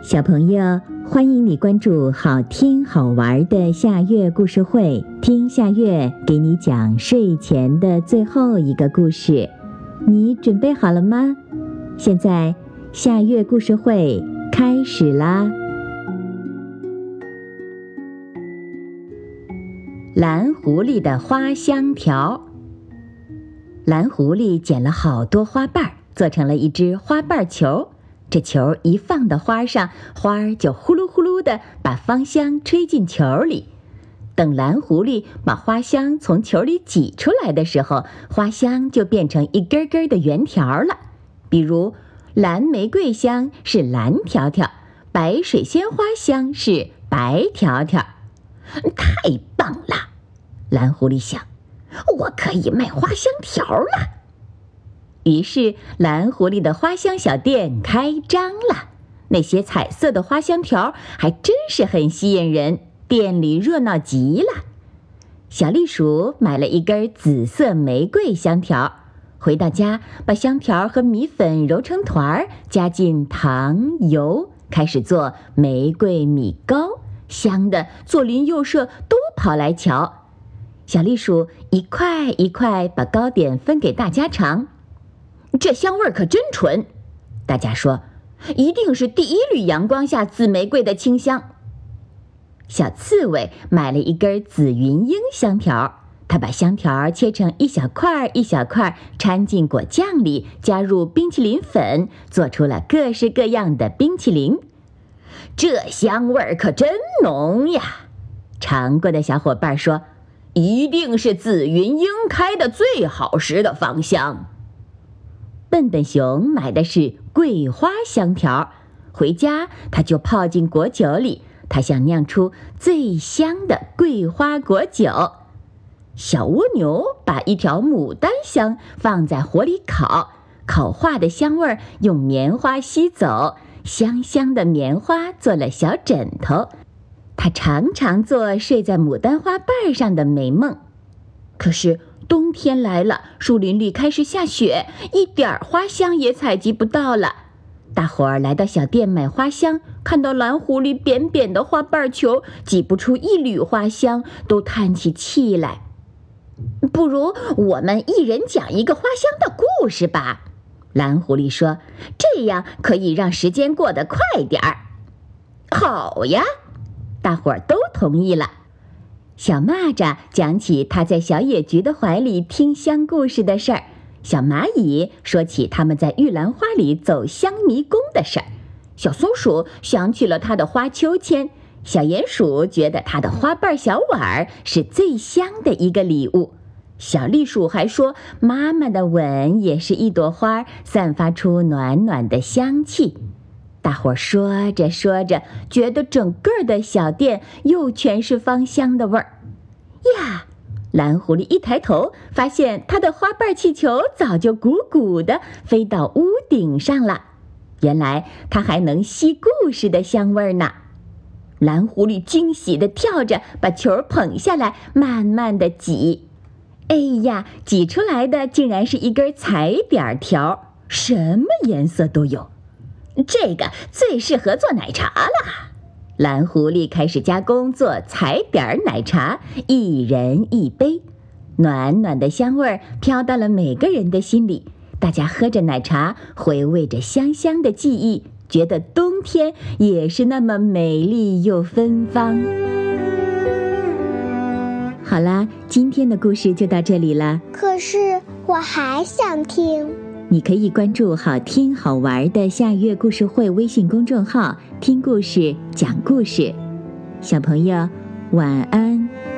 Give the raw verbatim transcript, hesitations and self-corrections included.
小朋友，欢迎你关注好听好玩的夏月故事会，听夏月给你讲睡前的最后一个故事。你准备好了吗？现在夏月故事会开始啦！蓝狐狸的花香条。蓝狐狸捡了好多花瓣，做成了一只花瓣球。这球一放到花上，花儿就呼噜呼噜地把芳香吹进球里。等蓝狐狸把花香从球里挤出来的时候，花香就变成一根根的圆条了。比如蓝玫瑰香是蓝条条，白水仙花香是白条条。太棒了，蓝狐狸想，我可以卖花香条了。于是蓝狐狸的花香小店开张了，那些彩色的花香条还真是很吸引人，店里热闹极了。小栗鼠买了一根紫色玫瑰香条，回到家把香条和米粉揉成团儿，加进糖油，开始做玫瑰米糕，香的左邻右舍都跑来瞧。小栗鼠一块一块把糕点分给大家尝，这香味可真纯，大家说，一定是第一缕阳光下紫玫瑰的清香。小刺猬买了一根紫云英香条，他把香条切成一小块一小块，掺进果酱里，加入冰淇淋粉，做出了各式各样的冰淇淋。这香味可真浓呀！尝过的小伙伴说，一定是紫云英开的最好时的芳香。笨笨熊买的是桂花香条，回家他就泡进果酒里，他想酿出最香的桂花果酒。小蜗牛把一条牡丹香放在火里烤，烤化的香味用棉花吸走，香香的棉花做了小枕头，他常常做睡在牡丹花瓣上的美梦。可是冬天来了，树林里开始下雪，一点花香也采集不到了。大伙儿来到小店买花香，看到蓝狐狸扁扁的花瓣球，挤不出一缕花香，都叹起气来。不如我们一人讲一个花香的故事吧，蓝狐狸说，这样可以让时间过得快点儿。好呀，大伙儿都同意了。小蚂蚱讲起他在小野菊的怀里听香故事的事儿，小蚂蚁说起他们在玉兰花里走香迷宫的事儿，小松鼠想起了他的花秋千，小鼹鼠觉得他的花瓣小碗是最香的一个礼物，小栗鼠还说妈妈的吻也是一朵花，散发出暖暖的香气。大伙儿说着说着，觉得整个的小店又全是芳香的味儿呀！蓝狐狸一抬头，发现它的花瓣气球早就鼓鼓地飞到屋顶上了。原来它还能吸故事的香味呢。蓝狐狸惊喜地跳着，把球捧下来，慢慢地挤。哎呀，挤出来的竟然是一根彩点条，什么颜色都有。这个最适合做奶茶了。蓝狐狸开始加工做彩点奶茶，一人一杯，暖暖的香味飘到了每个人的心里。大家喝着奶茶，回味着香香的记忆，觉得冬天也是那么美丽又芬芳。好啦，今天的故事就到这里了。 可是我还想听。 你可以关注好听好玩的夏月故事会微信公众号，听故事讲故事。小朋友晚安。